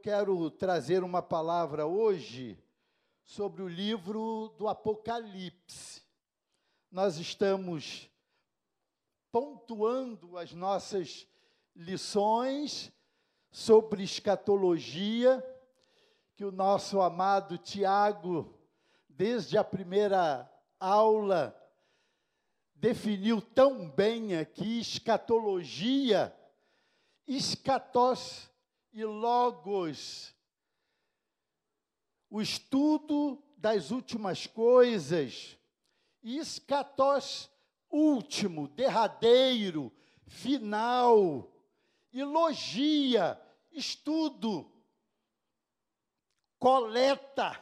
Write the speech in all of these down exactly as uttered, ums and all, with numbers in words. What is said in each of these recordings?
quero trazer uma palavra hoje sobre o livro do Apocalipse. Nós estamos pontuando as nossas lições sobre escatologia, que o nosso amado Tiago, desde a primeira aula, definiu tão bem aqui: escatologia, escatos e logos, o estudo das últimas coisas, e escatos, último, derradeiro, final, e logia, estudo, coleta,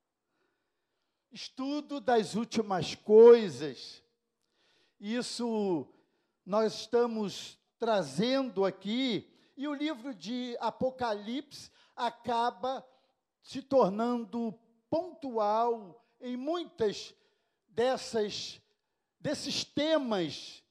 estudo das últimas coisas. Isso nós estamos trazendo aqui, e o livro de Apocalipse acaba se tornando pontual em muitas dessas, desses temas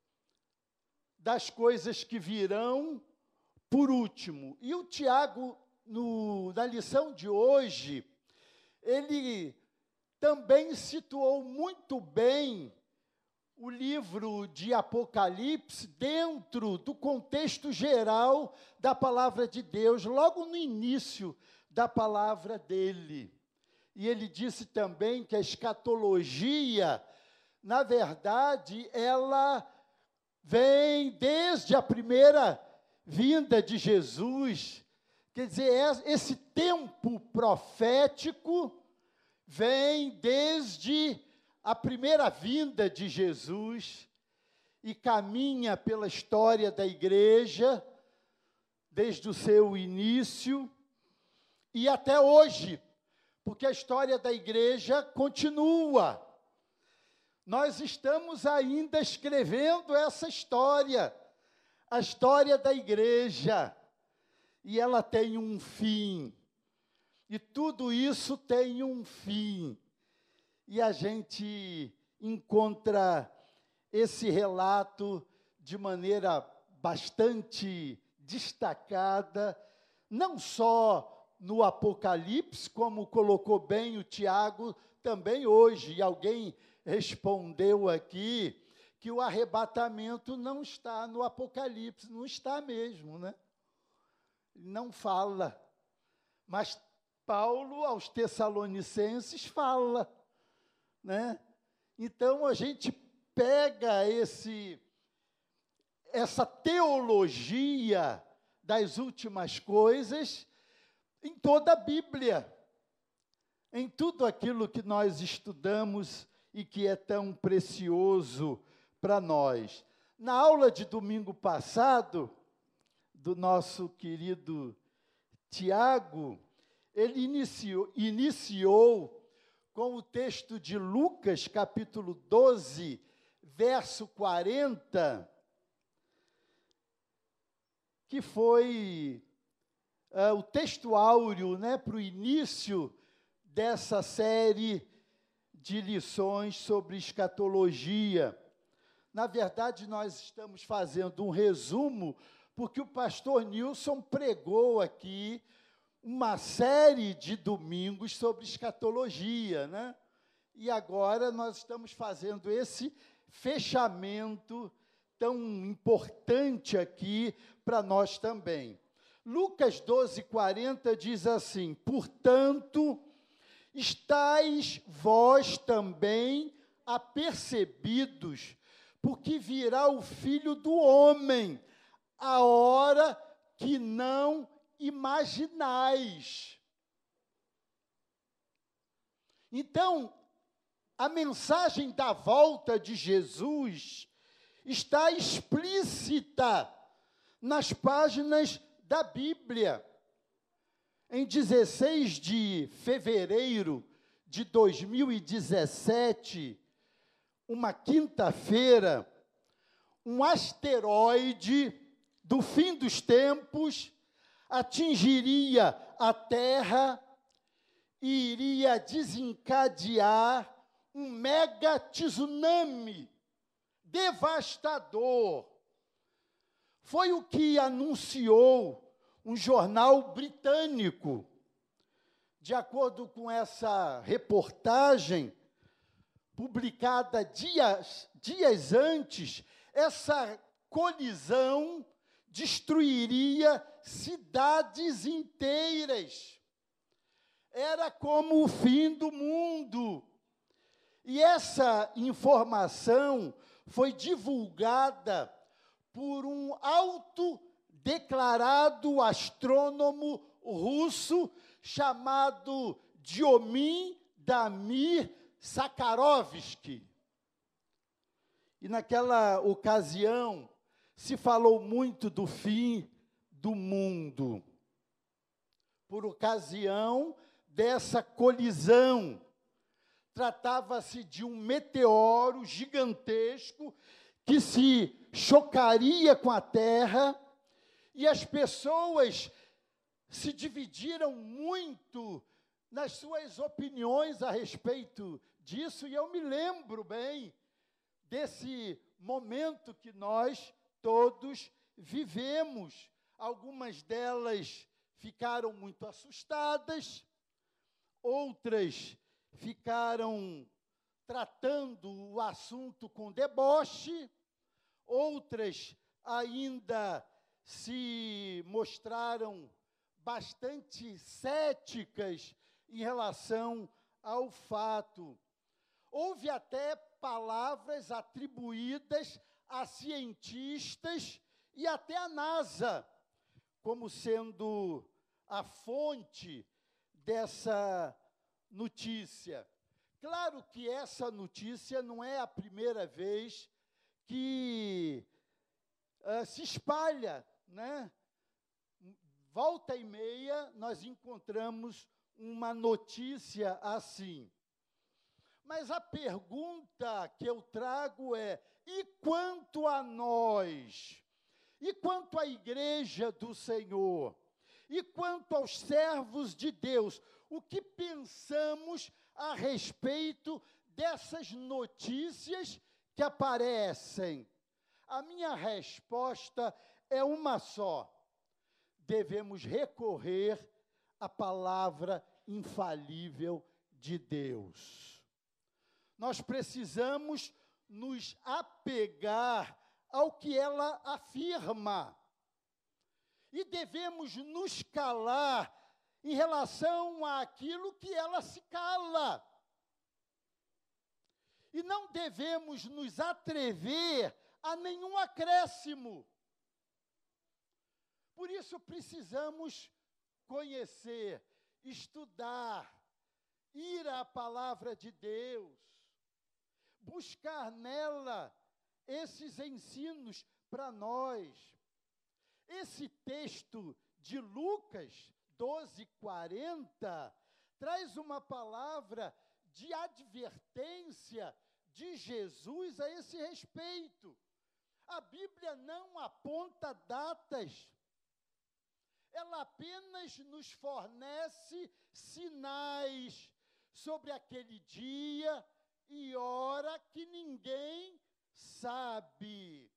das coisas que virão por último. E o Tiago, no, na lição de hoje, ele também situou muito bem o livro de Apocalipse dentro do contexto geral da palavra de Deus, logo no início da palavra dele. E ele disse também que a escatologia, na verdade, ela vem desde a primeira vinda de Jesus. Quer dizer, esse tempo profético vem desde a primeira vinda de Jesus e caminha pela história da igreja, desde o seu início e até hoje, porque a história da igreja continua. Nós estamos ainda escrevendo essa história, a história da igreja, e ela tem um fim, e tudo isso tem um fim. E a gente encontra esse relato de maneira bastante destacada, não só no Apocalipse, como colocou bem o Tiago, também hoje. E alguém respondeu aqui que o arrebatamento não está no Apocalipse, não está mesmo, né? Não fala. Mas Paulo, aos Tessalonicenses, fala. Né? Então, a gente pega esse, essa teologia das últimas coisas em toda a Bíblia, em tudo aquilo que nós estudamos e que é tão precioso para nós. Na aula de domingo passado, do nosso querido Tiago, ele iniciou, iniciou com o texto de Lucas, capítulo doze, verso quarenta, que foi uh, o texto áureo, né, para o início dessa série de lições sobre escatologia. Na verdade, nós estamos fazendo um resumo, porque o pastor Nilson pregou aqui uma série de domingos sobre escatologia, né? E agora nós estamos fazendo esse fechamento tão importante aqui para nós também. Lucas doze, quarenta diz assim: portanto, estáis vós também apercebidos, porque virá o Filho do Homem, a hora que não imaginais. Então, a mensagem da volta de Jesus está explícita nas páginas da Bíblia. Em dezesseis de fevereiro de dois mil e dezessete, uma quinta-feira, um asteroide do fim dos tempos atingiria a Terra e iria desencadear um mega tsunami devastador. Foi o que anunciou um jornal britânico. De acordo com essa reportagem, publicada dias, dias antes, essa colisão destruiria cidades inteiras. Era como o fim do mundo. E essa informação foi divulgada por um autodeclarado astrônomo russo chamado Diomid Damir Sakharovsky. E naquela ocasião se falou muito do fim do mundo, por ocasião dessa colisão. Tratava-se de um meteoro gigantesco que se chocaria com a Terra, e as pessoas se dividiram muito nas suas opiniões a respeito disso, e eu me lembro bem desse momento que nós todos vivemos. Algumas delas ficaram muito assustadas, outras ficaram tratando o assunto com deboche, outras ainda se mostraram bastante céticas em relação ao fato. Houve até palavras atribuídas a cientistas e até a NASA, como sendo a fonte dessa notícia. Claro que essa notícia não é a primeira vez que uh, se espalha, né? Volta e meia, nós encontramos uma notícia assim. Mas a pergunta que eu trago é: e quanto a nós? E quanto à igreja do Senhor? E quanto aos servos de Deus? O que pensamos a respeito dessas notícias que aparecem? A minha resposta é uma só: devemos recorrer à palavra infalível de Deus. Nós precisamos nos apegar ao que ela afirma. E devemos nos calar em relação àquilo que ela se cala. E não devemos nos atrever a nenhum acréscimo. Por isso precisamos conhecer, estudar, ir à palavra de Deus, buscar nela esses ensinos para nós. Esse texto de Lucas doze, quarenta, traz uma palavra de advertência de Jesus a esse respeito. A Bíblia não aponta datas, ela apenas nos fornece sinais sobre aquele dia e hora que ninguém sabe.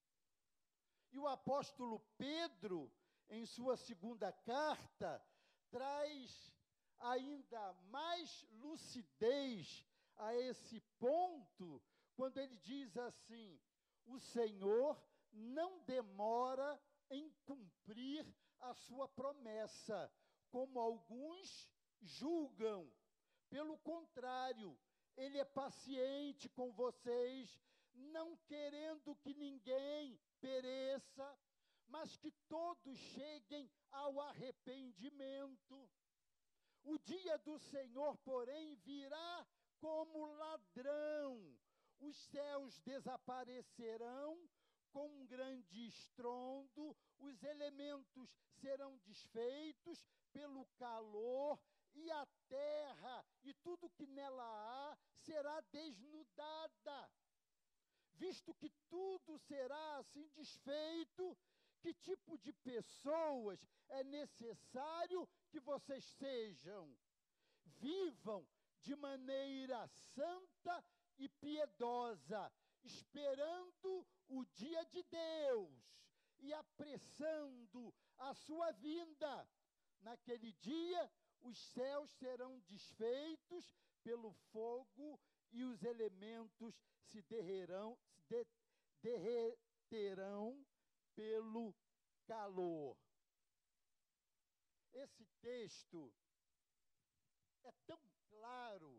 E o apóstolo Pedro, em sua segunda carta, traz ainda mais lucidez a esse ponto, quando ele diz assim: o Senhor não demora em cumprir a sua promessa, como alguns julgam. Pelo contrário, ele é paciente com vocês, não querendo que ninguém pereça, mas que todos cheguem ao arrependimento. O dia do Senhor, porém, virá como ladrão. Os céus desaparecerão com um grande estrondo, os elementos serão desfeitos pelo calor, e a terra e tudo que nela há será desnudada. Visto que tudo será assim desfeito, que tipo de pessoas é necessário que vocês sejam? Vivam de maneira santa e piedosa, esperando o dia de Deus, e apressando a sua vinda. Naquele dia, os céus serão desfeitos pelo fogo e os elementos se derreterão, se de, derreterão pelo calor. Esse texto é tão claro.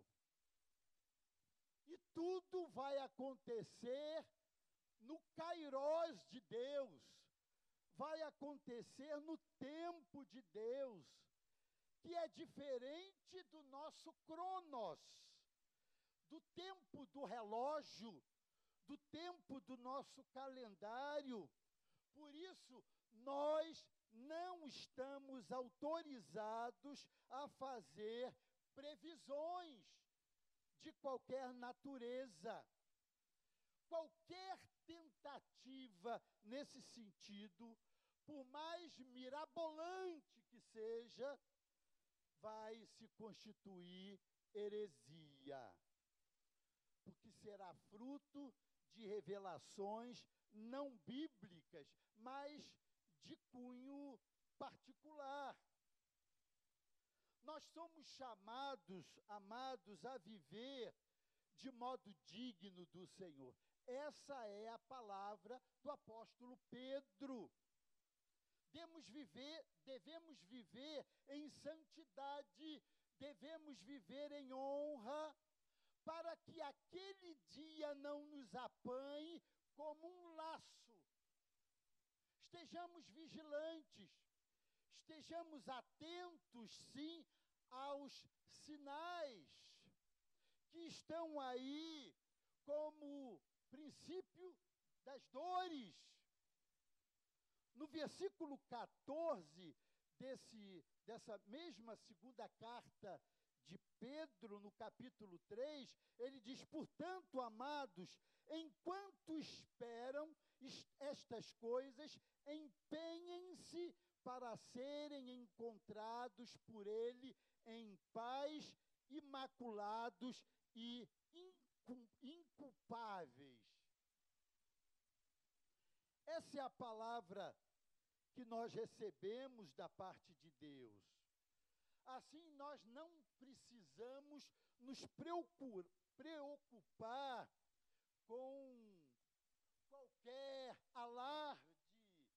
E tudo vai acontecer no kairós de Deus. Vai acontecer no tempo de Deus, que é diferente do nosso cronos, do tempo do relógio, do tempo do nosso calendário. Por isso, nós não estamos autorizados a fazer previsões de qualquer natureza. Qualquer tentativa nesse sentido, por mais mirabolante que seja, vai se constituir heresia, porque será fruto de revelações não bíblicas, mas de cunho particular. Nós somos chamados, amados, a viver de modo digno do Senhor. Essa é a palavra do apóstolo Pedro. Devemos viver, devemos viver em santidade, devemos viver em honra, para que aquele dia não nos apanhe como um laço. Estejamos vigilantes, estejamos atentos, sim, aos sinais que estão aí como princípio das dores. No versículo catorze desse, dessa mesma segunda carta de Pedro, no capítulo três, ele diz: portanto, amados, enquanto esperam estas coisas, empenhem-se para serem encontrados por ele em paz, imaculados e inculpáveis. Essa é a palavra que nós recebemos da parte de Deus. Assim, nós não precisamos nos preocupar com qualquer alarde,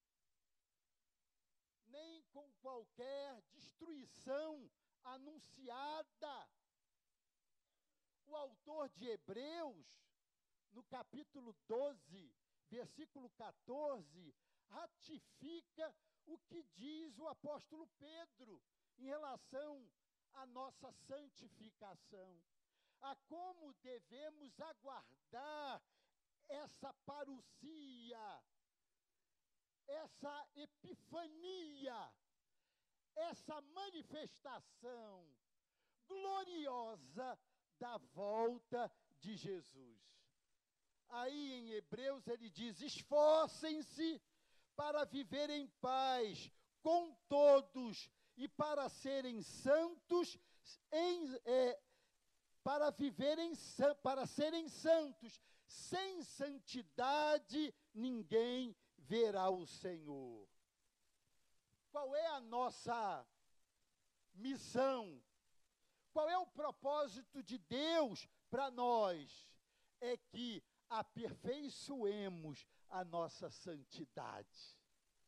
nem com qualquer destruição anunciada. O autor de Hebreus, no capítulo doze, versículo catorze, ratifica o que diz o apóstolo Pedro em relação à nossa santificação, a como devemos aguardar essa parousia, essa epifania, essa manifestação gloriosa da volta de Jesus. Aí em Hebreus ele diz: esforcem-se para viver em paz com todos e para serem santos, em, é, para viverem, para serem santos. Sem santidade ninguém verá o Senhor. Qual é a nossa missão? Qual é o propósito de Deus para nós? É que aperfeiçoemos a nossa santidade.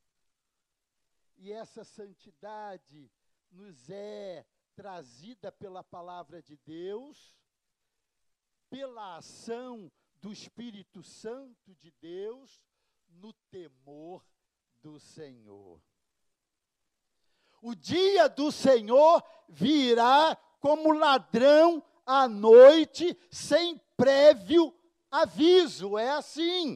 E essa santidade nos é trazida pela palavra de Deus, pela ação do Espírito Santo de Deus, no temor do Senhor. O dia do Senhor virá como ladrão à noite, sem prévio aviso. É assim.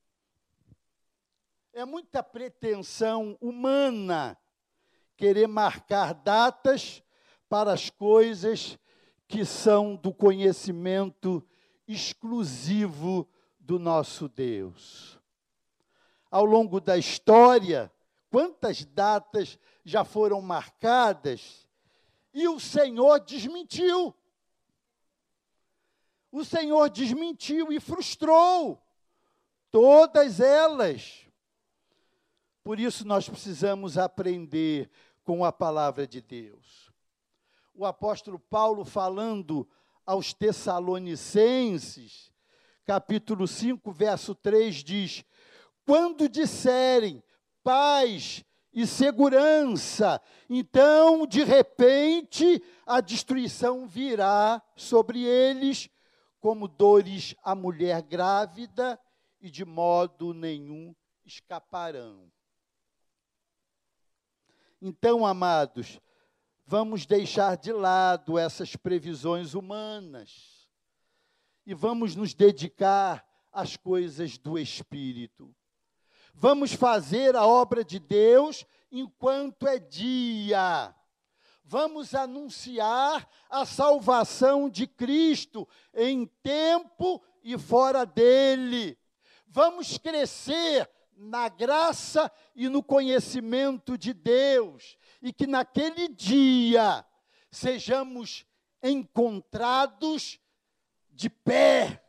É muita pretensão humana querer marcar datas para as coisas que são do conhecimento exclusivo do nosso Deus. Ao longo da história, quantas datas já foram marcadas e o Senhor desmentiu. O Senhor desmentiu e frustrou todas elas. Por isso nós precisamos aprender com a palavra de Deus. O apóstolo Paulo, falando aos Tessalonicenses, capítulo cinco, verso três, diz: quando disserem paz e segurança, então, de repente, a destruição virá sobre eles, como dores à mulher grávida, e de modo nenhum escaparão. Então, amados, vamos deixar de lado essas previsões humanas e vamos nos dedicar às coisas do Espírito. Vamos fazer a obra de Deus enquanto é dia. Vamos anunciar a salvação de Cristo em tempo e fora dele. Vamos crescer na graça e no conhecimento de Deus, e que naquele dia sejamos encontrados de pé,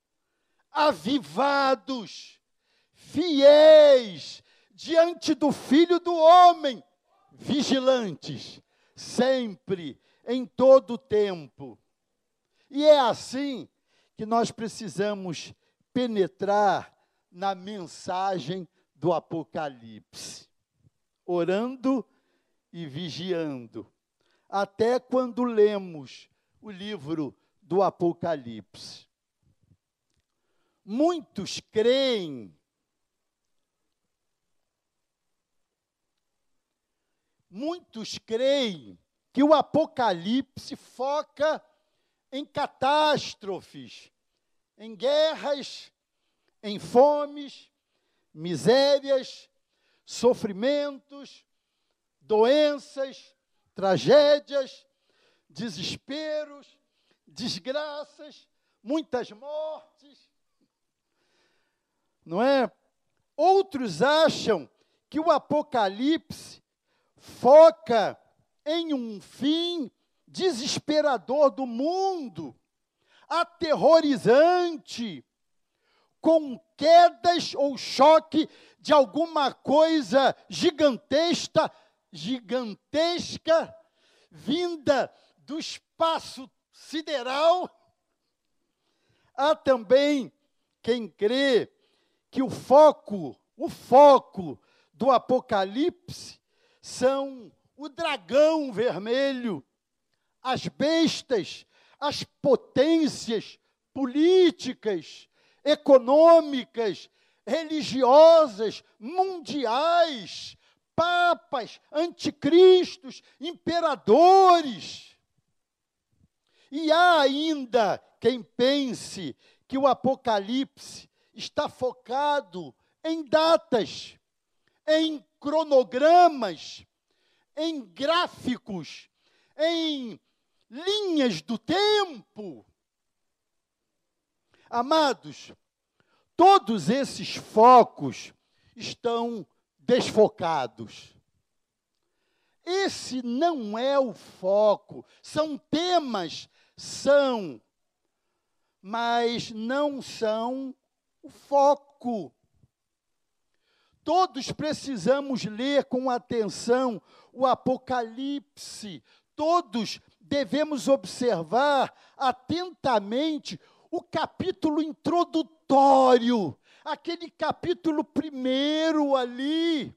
avivados, fiéis, diante do Filho do Homem, vigilantes, sempre, em todo o tempo. E é assim que nós precisamos penetrar na mensagem do Apocalipse, orando e vigiando, até quando lemos o livro do Apocalipse. Muitos creem, muitos creem que o Apocalipse foca em catástrofes, em guerras, em fomes, misérias, sofrimentos, doenças, tragédias, desesperos, desgraças, muitas mortes, não é? Outros acham que o Apocalipse foca em um fim desesperador do mundo, aterrorizante, com quedas ou choque de alguma coisa gigantesca, gigantesca, vinda do espaço sideral. Há também quem crê que o foco, o foco do Apocalipse são o dragão vermelho, as bestas, as potências políticas, econômicas, religiosas, mundiais, papas, anticristos, imperadores. E há ainda quem pense que o Apocalipse está focado em datas, em cronogramas, em gráficos, em linhas do tempo. Amados, todos esses focos estão desfocados. Esse não é o foco. São temas, são, mas não são o foco. Todos precisamos ler com atenção o Apocalipse. Todos devemos observar atentamente o capítulo introdutório, aquele capítulo primeiro ali,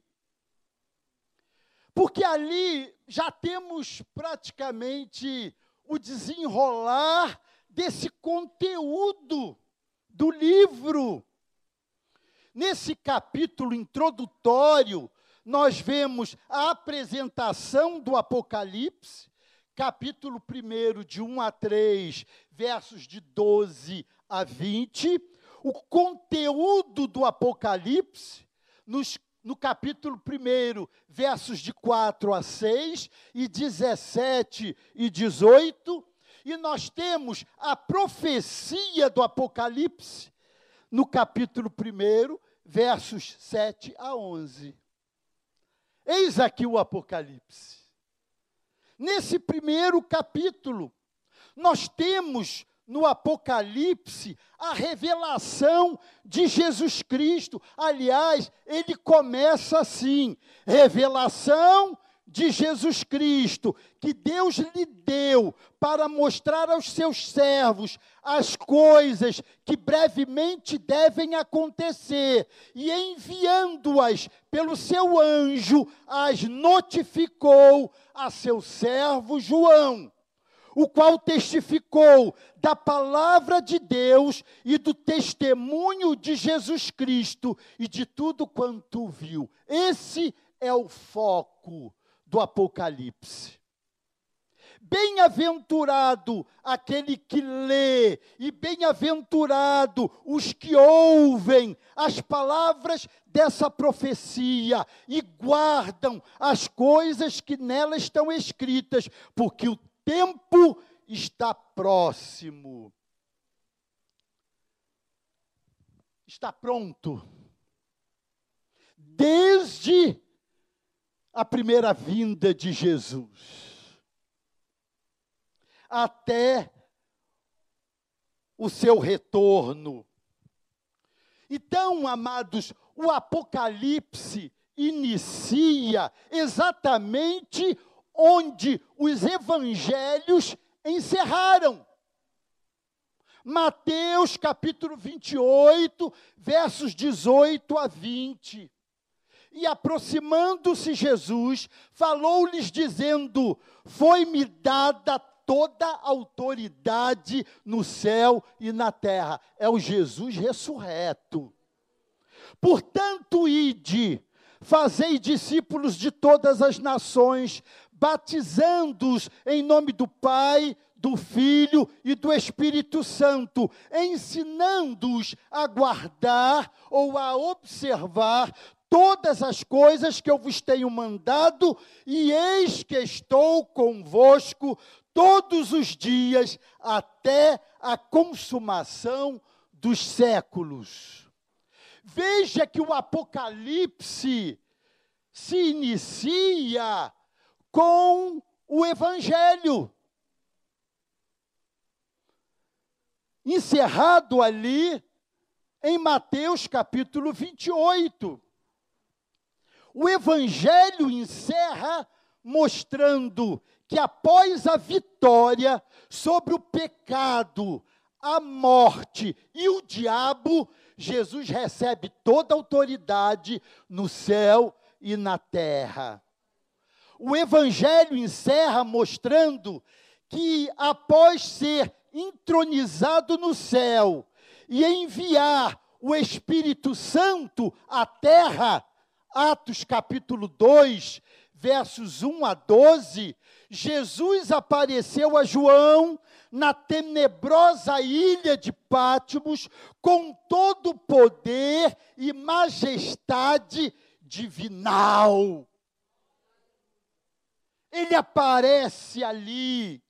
porque ali já temos praticamente o desenrolar desse conteúdo do livro. Nesse capítulo introdutório, nós vemos a apresentação do Apocalipse, capítulo primeiro, de um a três, versos de doze a vinte, o conteúdo do Apocalipse, nos, no capítulo primeiro, versos de quatro a seis, e dezessete e dezoito, e nós temos a profecia do Apocalipse, no capítulo primeiro, versos sete a onze. Eis aqui o Apocalipse. Nesse primeiro capítulo, nós temos no Apocalipse a revelação de Jesus Cristo. Aliás, ele começa assim: revelação de Jesus Cristo, que Deus lhe deu para mostrar aos seus servos as coisas que brevemente devem acontecer, e enviando-as pelo seu anjo, as notificou a seu servo João, o qual testificou da palavra de Deus e do testemunho de Jesus Cristo e de tudo quanto viu. Esse é o foco do Apocalipse. Bem-aventurado aquele que lê, e bem-aventurado os que ouvem as palavras dessa profecia e guardam as coisas que nela estão escritas, porque o tempo está próximo. Está pronto. Desde a primeira vinda de Jesus até o seu retorno. Então, amados, o Apocalipse inicia exatamente onde os evangelhos encerraram. Mateus capítulo vinte e oito, versos dezoito a vinte. E aproximando-se Jesus, falou-lhes dizendo: foi-me dada toda a autoridade no céu e na terra. É o Jesus ressurreto. Portanto, ide, fazei discípulos de todas as nações, batizando-os em nome do Pai, do Filho e do Espírito Santo, ensinando-os a guardar ou a observar todas as coisas que eu vos tenho mandado, e eis que estou convosco todos os dias, até a consumação dos séculos. Veja que o Apocalipse se inicia com o Evangelho, encerrado ali em Mateus capítulo vinte e oito. O Evangelho encerra mostrando que após a vitória sobre o pecado, a morte e o diabo, Jesus recebe toda a autoridade no céu e na terra. O Evangelho encerra mostrando que após ser entronizado no céu e enviar o Espírito Santo à terra, Atos capítulo dois, versos um a doze, Jesus apareceu a João na tenebrosa ilha de Patmos com todo o poder e majestade divinal. Ele aparece ali.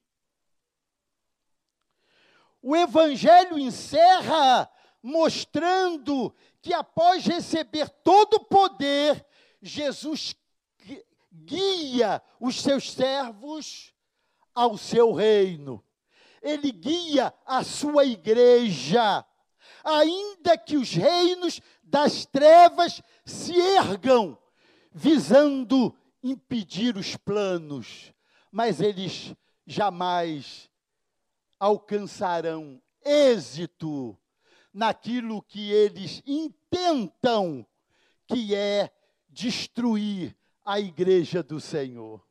O Evangelho encerra mostrando que após receber todo o poder, Jesus guia os seus servos ao seu reino. Ele guia a sua igreja, ainda que os reinos das trevas se ergam, visando impedir os planos, mas eles jamais alcançarão êxito naquilo que eles intentam, que é destruir a igreja do Senhor.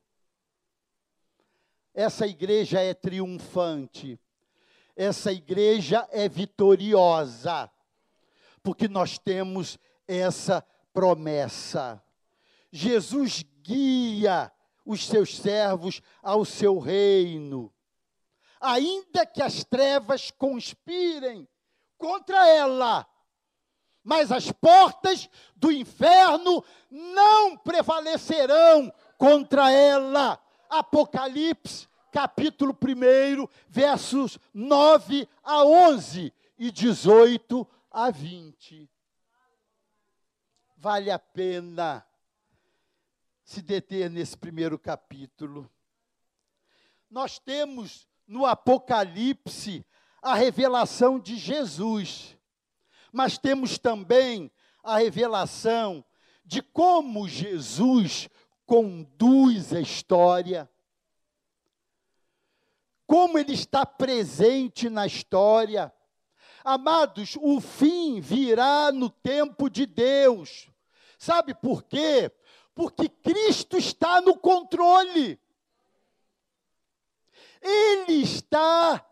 Essa igreja é triunfante, essa igreja é vitoriosa, porque nós temos essa promessa. Jesus guia os seus servos ao seu reino, ainda que as trevas conspirem contra ela, mas as portas do inferno não prevalecerão contra ela. Apocalipse, capítulo um, versos nove a onze e dezoito a vinte. Vale a pena se deter nesse primeiro capítulo. Nós temos no Apocalipse a revelação de Jesus, mas temos também a revelação de como Jesus conduz a história, como ele está presente na história. Amados, o fim virá no tempo de Deus. Sabe por quê? Porque Cristo está no controle. Ele está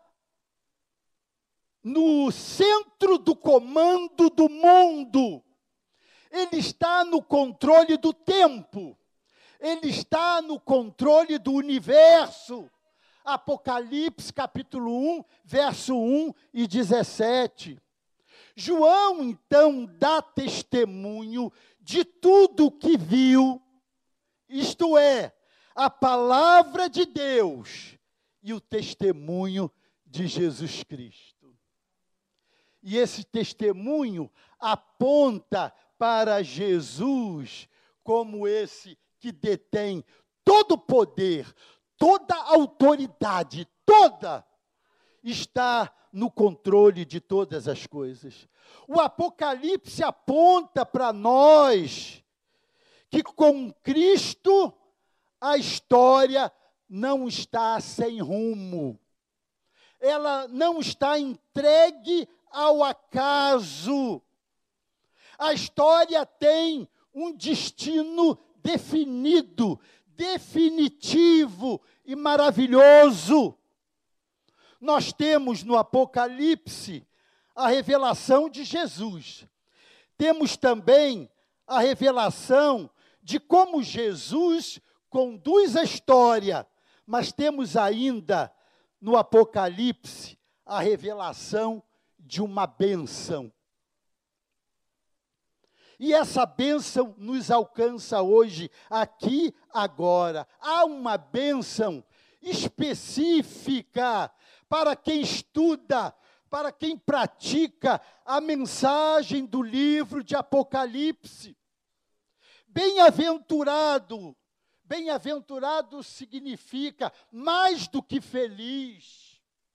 no centro do comando do mundo. Ele está no controle do tempo. Ele está no controle do universo. Apocalipse, capítulo um, verso um e dezessete. João, então, dá testemunho de tudo o que viu, isto é, a palavra de Deus e o testemunho de Jesus Cristo. E esse testemunho aponta para Jesus como esse que detém todo o poder, toda a autoridade, toda, está no controle de todas as coisas. O Apocalipse aponta para nós que com Cristo a história não está sem rumo. Ela não está entregue ao acaso. A história tem um destino definido, definitivo e maravilhoso. Nós temos no Apocalipse a revelação de Jesus. Temos também a revelação de como Jesus conduz a história, mas temos ainda no Apocalipse a revelação de uma bênção. E essa bênção nos alcança hoje, aqui, agora. Há uma bênção específica para quem estuda, para quem pratica a mensagem do livro de Apocalipse. Bem-aventurado, bem-aventurado significa mais do que feliz.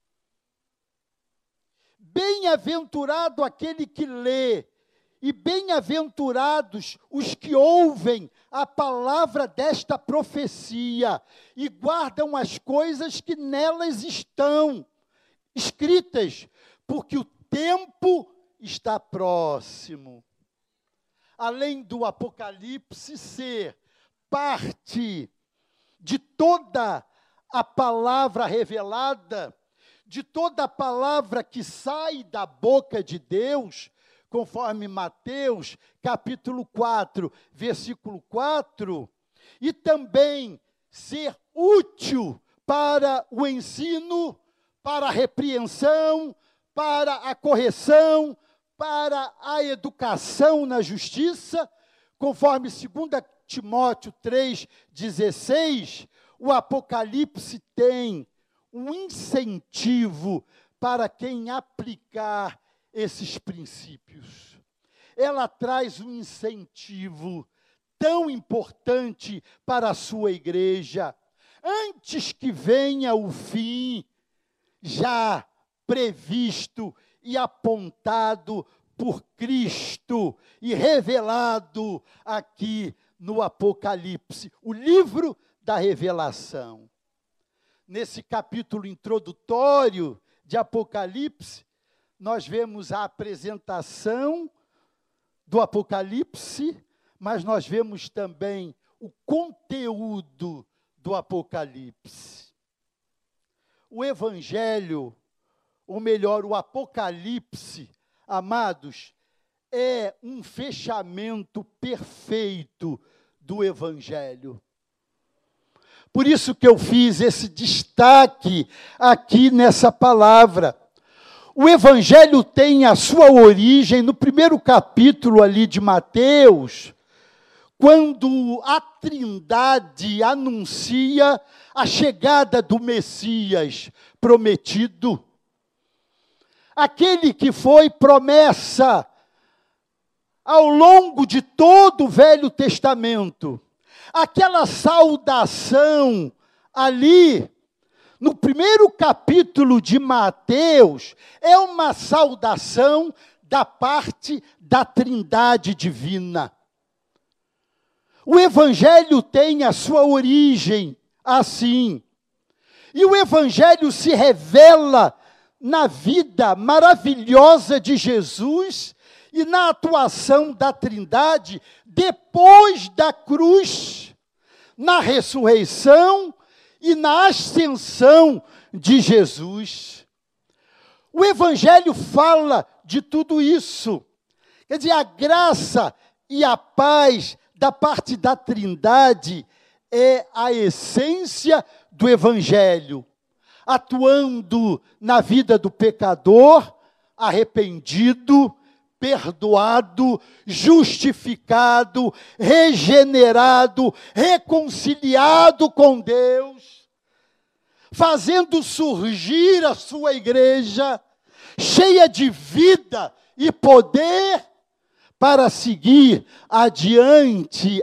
Bem-aventurado aquele que lê, e bem-aventurados os que ouvem a palavra desta profecia e guardam as coisas que nelas estão escritas, porque o tempo está próximo. Além do Apocalipse ser parte de toda a palavra revelada, de toda a palavra que sai da boca de Deus, conforme Mateus, capítulo quatro, versículo quatro, e também ser útil para o ensino, para a repreensão, para a correção, para a educação na justiça, conforme dois Timóteo três, dezesseis, o Apocalipse tem um incentivo para quem aplicar esses princípios. Ela traz um incentivo tão importante para a sua igreja, antes que venha o fim, já previsto e apontado por Cristo e revelado aqui no Apocalipse, o livro da revelação. Nesse capítulo introdutório de Apocalipse, nós vemos a apresentação do Apocalipse, mas nós vemos também o conteúdo do Apocalipse. O Evangelho, ou melhor, o Apocalipse, amados, é um fechamento perfeito do Evangelho. Por isso que eu fiz esse destaque aqui nessa palavra. O Evangelho tem a sua origem no primeiro capítulo ali de Mateus, quando a Trindade anuncia a chegada do Messias prometido. Aquele que foi promessa ao longo de todo o Velho Testamento. Aquela saudação ali no primeiro capítulo de Mateus, é uma saudação da parte da Trindade divina. O Evangelho tem a sua origem assim. E o Evangelho se revela na vida maravilhosa de Jesus e na atuação da Trindade depois da cruz, na ressurreição e na ascensão de Jesus. O Evangelho fala de tudo isso. Quer dizer, a graça e a paz da parte da Trindade é a essência do Evangelho, atuando na vida do pecador, arrependido, perdoado, justificado, regenerado, reconciliado com Deus, fazendo surgir a sua igreja, cheia de vida e poder, para seguir adiante,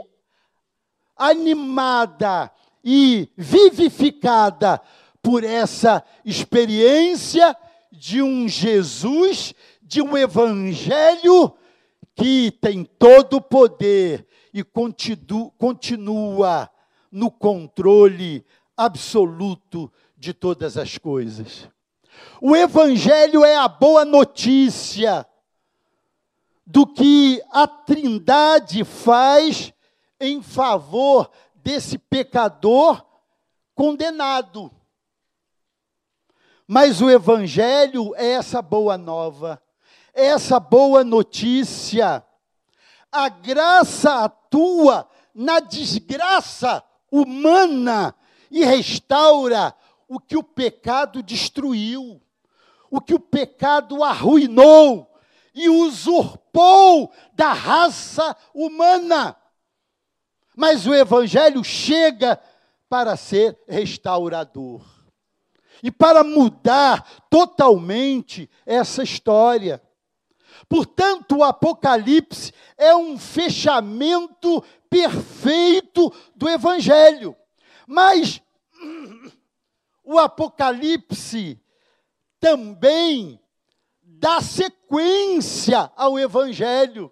animada e vivificada por essa experiência de um Jesus, de um Evangelho que tem todo o poder e continu, continua no controle absoluto de todas as coisas. O Evangelho é a boa notícia do que a Trindade faz em favor desse pecador condenado. Mas o Evangelho é essa boa nova, é essa boa notícia. A graça atua na desgraça humana e restaura o que o pecado destruiu, o que o pecado arruinou e usurpou da raça humana. Mas o Evangelho chega para ser restaurador e para mudar totalmente essa história. Portanto, o Apocalipse é um fechamento perfeito do Evangelho. Mas o Apocalipse também dá sequência ao Evangelho.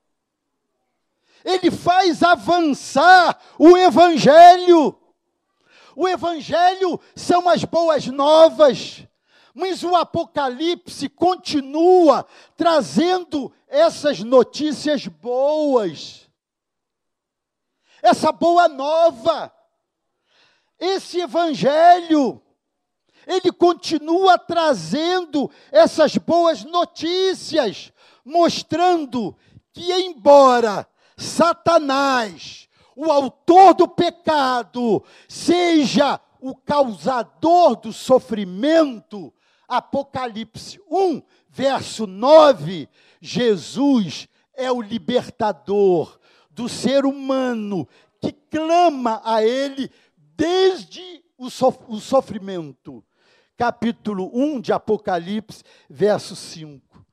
Ele faz avançar o Evangelho. O Evangelho são as boas novas, mas o Apocalipse continua trazendo essas notícias boas. Essa boa nova, esse Evangelho, ele continua trazendo essas boas notícias, mostrando que, embora Satanás, o autor do pecado, seja o causador do sofrimento, Apocalipse um, verso nove, Jesus é o libertador do ser humano que clama a Ele desde o, sof- o sofrimento. Capítulo um de Apocalipse, verso cinco.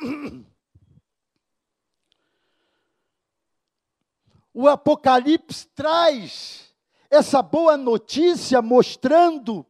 O Apocalipse traz essa boa notícia mostrando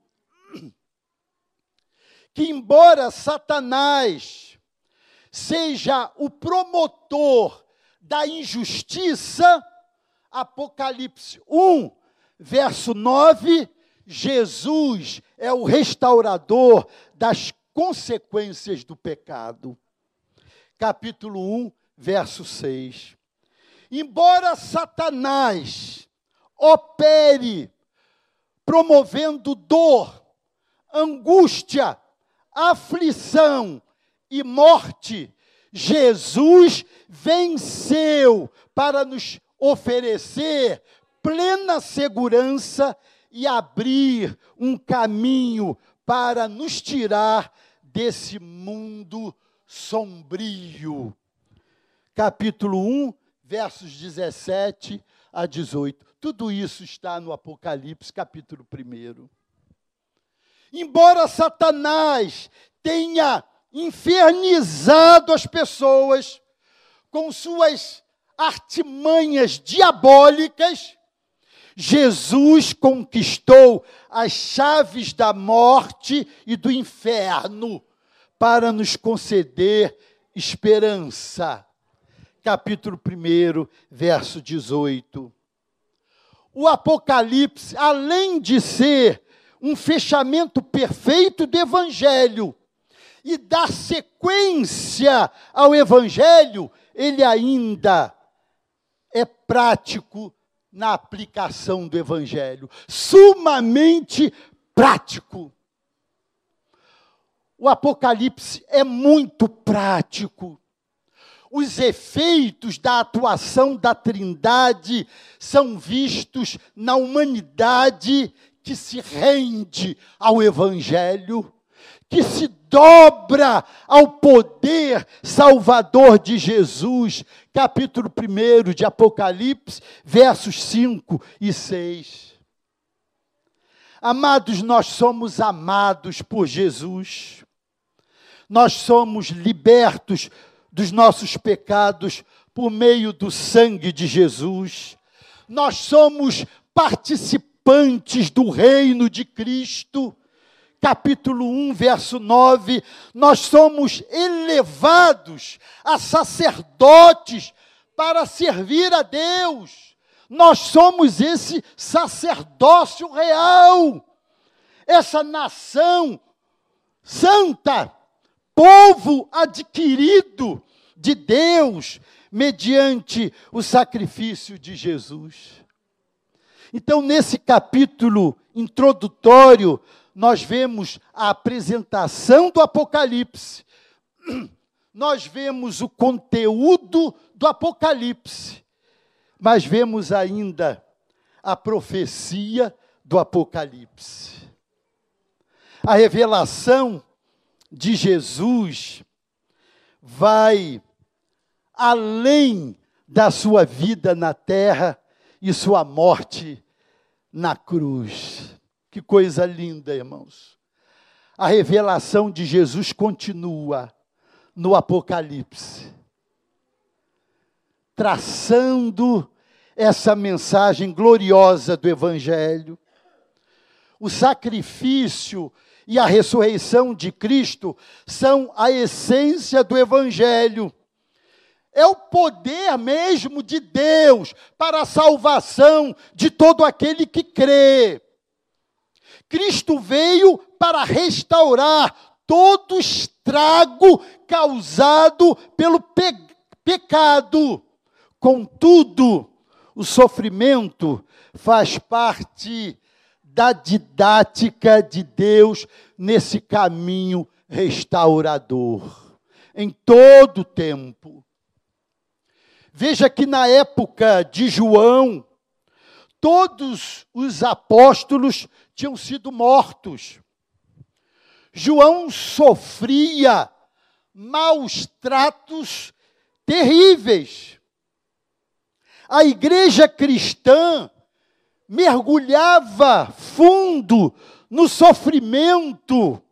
que, embora Satanás seja o promotor da injustiça, Apocalipse um, verso nove, Jesus é o restaurador das consequências do pecado. Capítulo um, verso seis. Embora Satanás opere promovendo dor, angústia, aflição e morte, Jesus venceu para nos oferecer plena segurança e abrir um caminho para nos tirar desse mundo sombrio. Capítulo um, versos dezessete a dezoito. Tudo isso está no Apocalipse, capítulo um. Embora Satanás tenha infernizado as pessoas com suas artimanhas diabólicas, Jesus conquistou as chaves da morte e do inferno para nos conceder esperança. Capítulo um, verso dezoito. O Apocalipse, além de ser um fechamento perfeito do Evangelho e dar sequência ao Evangelho, ele ainda é prático na aplicação do Evangelho, sumamente prático. O Apocalipse é muito prático. Os efeitos da atuação da Trindade são vistos na humanidade que se rende ao Evangelho, que se dobra ao poder salvador de Jesus. Capítulo um de Apocalipse, versos cinco e seis. Amados, nós somos amados por Jesus. Nós somos libertos dos nossos pecados por meio do sangue de Jesus. Nós somos participantes do reino de Cristo. Capítulo um, verso nove, nós somos elevados a sacerdotes para servir a Deus. Nós somos esse sacerdócio real, essa nação santa, povo adquirido de Deus, mediante o sacrifício de Jesus. Então, nesse capítulo introdutório, nós vemos a apresentação do Apocalipse, nós vemos o conteúdo do Apocalipse, mas vemos ainda a profecia do Apocalipse. A revelação de Jesus vai além da sua vida na terra e sua morte na cruz. Que coisa linda, irmãos. A revelação de Jesus continua no Apocalipse, traçando essa mensagem gloriosa do Evangelho. O sacrifício e a ressurreição de Cristo são a essência do Evangelho. É o poder mesmo de Deus para a salvação de todo aquele que crê. Cristo veio para restaurar todo o estrago causado pelo pe- pecado. Contudo, o sofrimento faz parte da didática de Deus nesse caminho restaurador, em todo o tempo. Veja que na época de João, todos os apóstolos tinham sido mortos. João sofria maus tratos terríveis. A igreja cristã mergulhava fundo no sofrimento,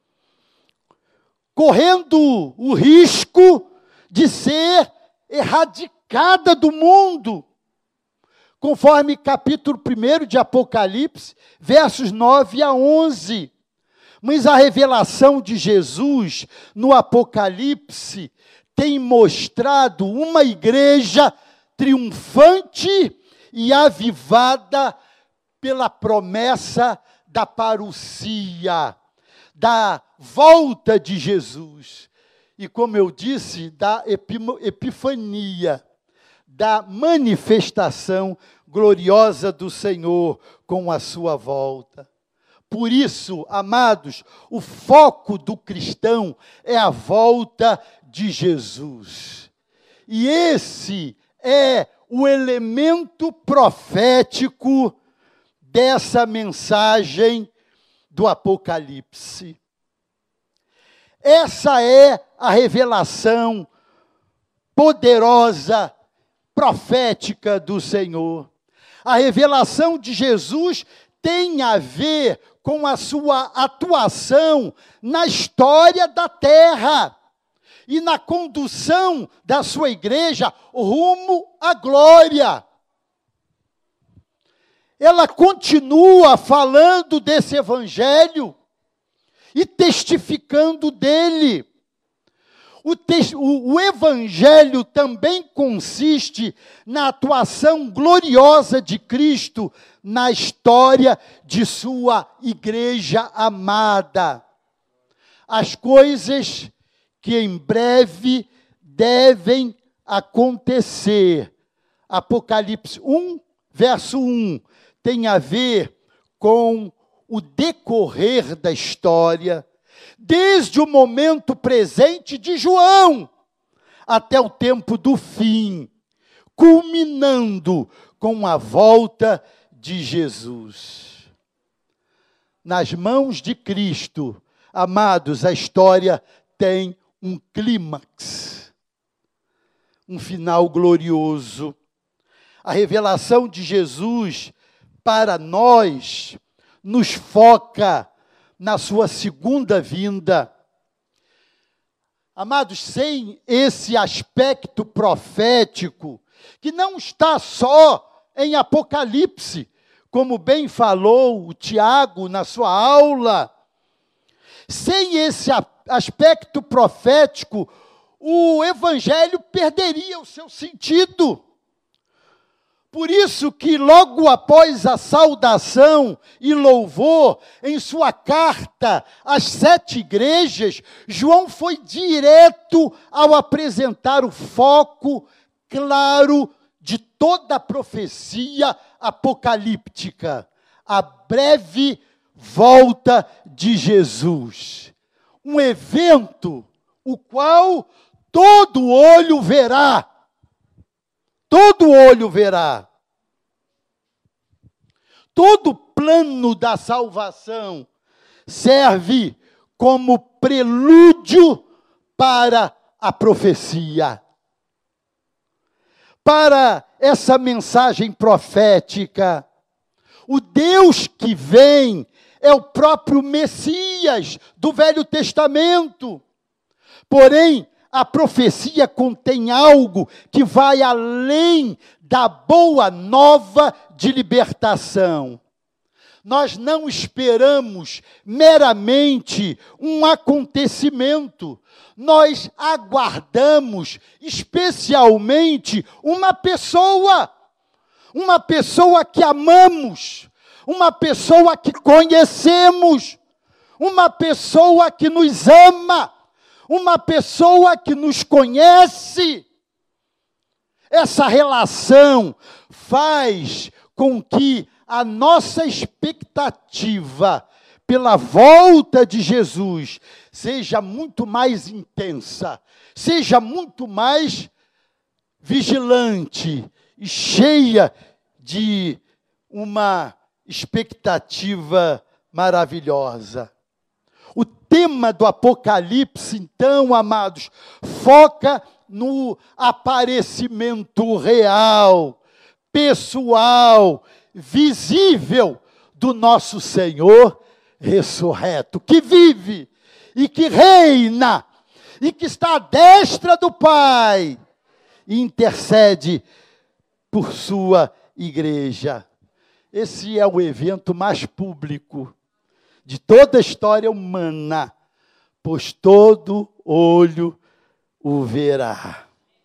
correndo o risco de ser erradicada do mundo. Conforme capítulo um de Apocalipse, versos nove a onze. Mas a revelação de Jesus no Apocalipse tem mostrado uma igreja triunfante e avivada pela promessa da parousia, da volta de Jesus. E como eu disse, da epifania, da manifestação gloriosa do Senhor com a sua volta. Por isso, amados, o foco do cristão é a volta de Jesus. E esse é o elemento profético dessa mensagem do Apocalipse. Essa é a revelação poderosa, profética do Senhor. A revelação de Jesus tem a ver com a sua atuação na história da terra e na condução da sua igreja rumo à glória. ela continua falando desse evangelho e testificando dele. O, te, o, o evangelho também consiste na atuação gloriosa de Cristo na história de sua igreja amada. As coisas que em breve devem acontecer. Apocalipse um, verso um, tem a ver com o decorrer da história, desde o momento presente de João até o tempo do fim, culminando com a volta de Jesus. Nas mãos de Cristo, amados, a história tem um clímax, um final glorioso. A revelação de Jesus para nós nos foca na sua segunda vinda. Amados, sem esse aspecto profético, que não está só em Apocalipse, como bem falou o Tiago na sua aula, sem esse aspecto profético, o evangelho perderia o seu sentido. Por isso que logo após a saudação e louvor, em sua carta às sete igrejas, João foi direto ao apresentar o foco claro de toda a profecia apocalíptica, a breve volta de Jesus. Um evento o qual todo olho verá. Todo olho verá. Todo plano da salvação serve como prelúdio para a profecia. Para essa mensagem profética, o Deus que vem é o próprio Messias do Velho Testamento. Porém, a profecia contém algo que vai além da boa nova de libertação. Nós não esperamos meramente um acontecimento, nós aguardamos especialmente uma pessoa, uma pessoa que amamos, uma pessoa que conhecemos, uma pessoa que nos ama, uma pessoa que nos conhece. Essa relação faz com que a nossa expectativa pela volta de Jesus seja muito mais intensa, seja muito mais vigilante e cheia de uma expectativa maravilhosa. O tema do Apocalipse, então, amados, foca no aparecimento real, pessoal, visível do nosso Senhor ressurreto, que vive e que reina e que está à destra do Pai e intercede por sua igreja. Esse é o evento mais público de toda a história humana, pois todo olho o verá.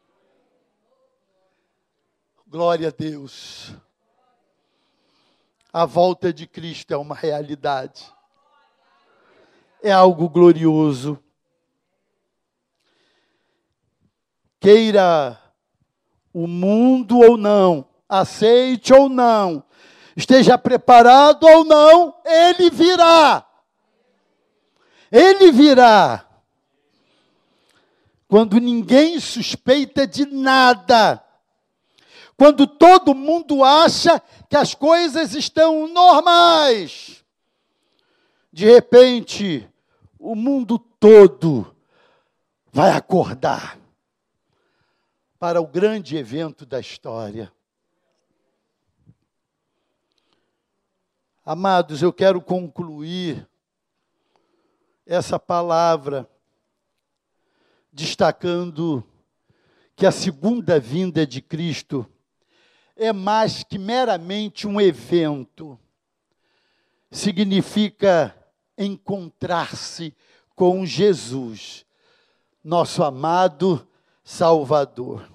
Glória a Deus. A volta de Cristo é uma realidade. É algo glorioso. Queira o mundo ou não, aceite ou não, esteja preparado ou não, Ele virá. Ele virá. Quando ninguém suspeita de nada. Quando todo mundo acha que as coisas estão normais. De repente, o mundo todo vai acordar para o grande evento da história. Amados, eu quero concluir essa palavra destacando que a segunda vinda de Cristo é mais que meramente um evento. Significa encontrar-se com Jesus, nosso amado Salvador.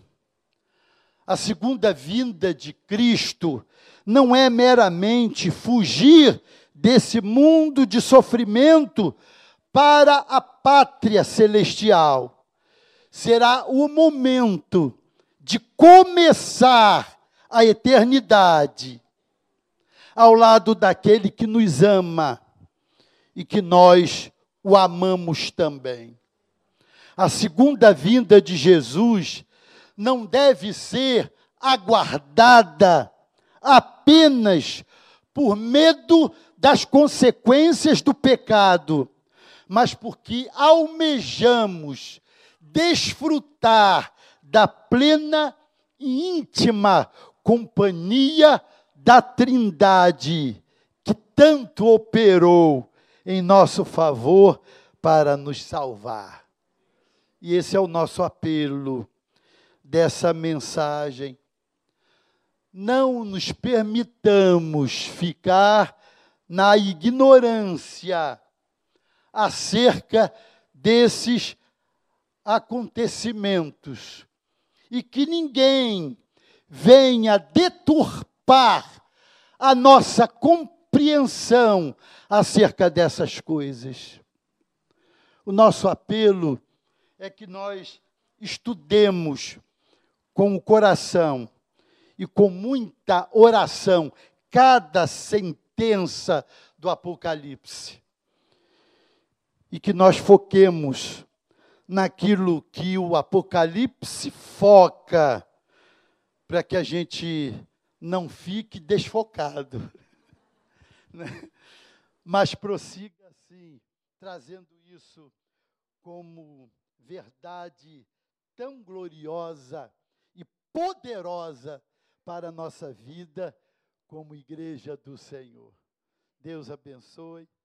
A segunda vinda de Cristo não é meramente fugir desse mundo de sofrimento para a pátria celestial. Será o momento de começar a eternidade ao lado daquele que nos ama e que nós o amamos também. A segunda vinda de Jesus não deve ser aguardada apenas por medo das consequências do pecado, mas porque almejamos desfrutar da plena e íntima companhia da Trindade, que tanto operou em nosso favor para nos salvar. E esse é o nosso apelo dessa mensagem. Não nos permitamos ficar na ignorância acerca desses acontecimentos e que ninguém venha deturpar a nossa compreensão acerca dessas coisas. O nosso apelo é que nós estudemos com o coração e com muita oração cada sentença do Apocalipse. E que nós foquemos naquilo que o Apocalipse foca, para que a gente não fique desfocado, né? Mas prossiga assim, trazendo isso como verdade tão gloriosa e poderosa para a nossa vida como igreja do Senhor. Deus abençoe.